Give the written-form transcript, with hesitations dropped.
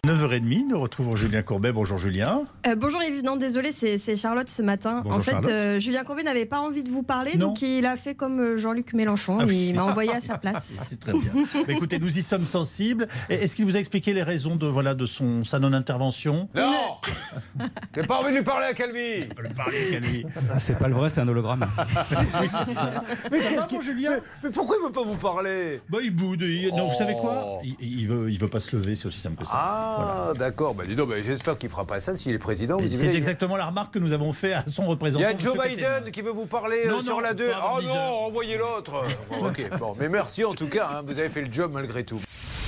9h30, nous retrouvons Julien Courbet. Bonjour Julien. Bonjour Yves, non désolé, c'est Charlotte ce matin. Bonjour, en fait, Julien Courbet n'avait pas envie de vous parler, Non. donc il a fait comme Jean-Luc Mélenchon, il m'a envoyé à sa place. C'est très bien. Mais écoutez, nous y sommes sensibles. Est-ce qu'il vous a expliqué les raisons de sa non-intervention? Non. J'ai pas envie de lui parler à Calvi. C'est pas le vrai, c'est un hologramme. Mais ça va, Julien? Mais pourquoi il veut pas vous parler? Il boude. Non, vous savez quoi? Il veut pas se lever, c'est aussi simple que ça. Ah, Voilà. d'accord. Dis donc, j'espère qu'il fera pas ça s'il est président. C'est exactement la remarque que nous avons fait à son Il représentant. y a Joe monsieur Biden Pétain. qui veut vous parler Non, sur non, la 2. pas avant Oh 10 non, heures. envoyez l'autre. Ok, bon, mais merci en tout cas, vous avez fait le job malgré tout.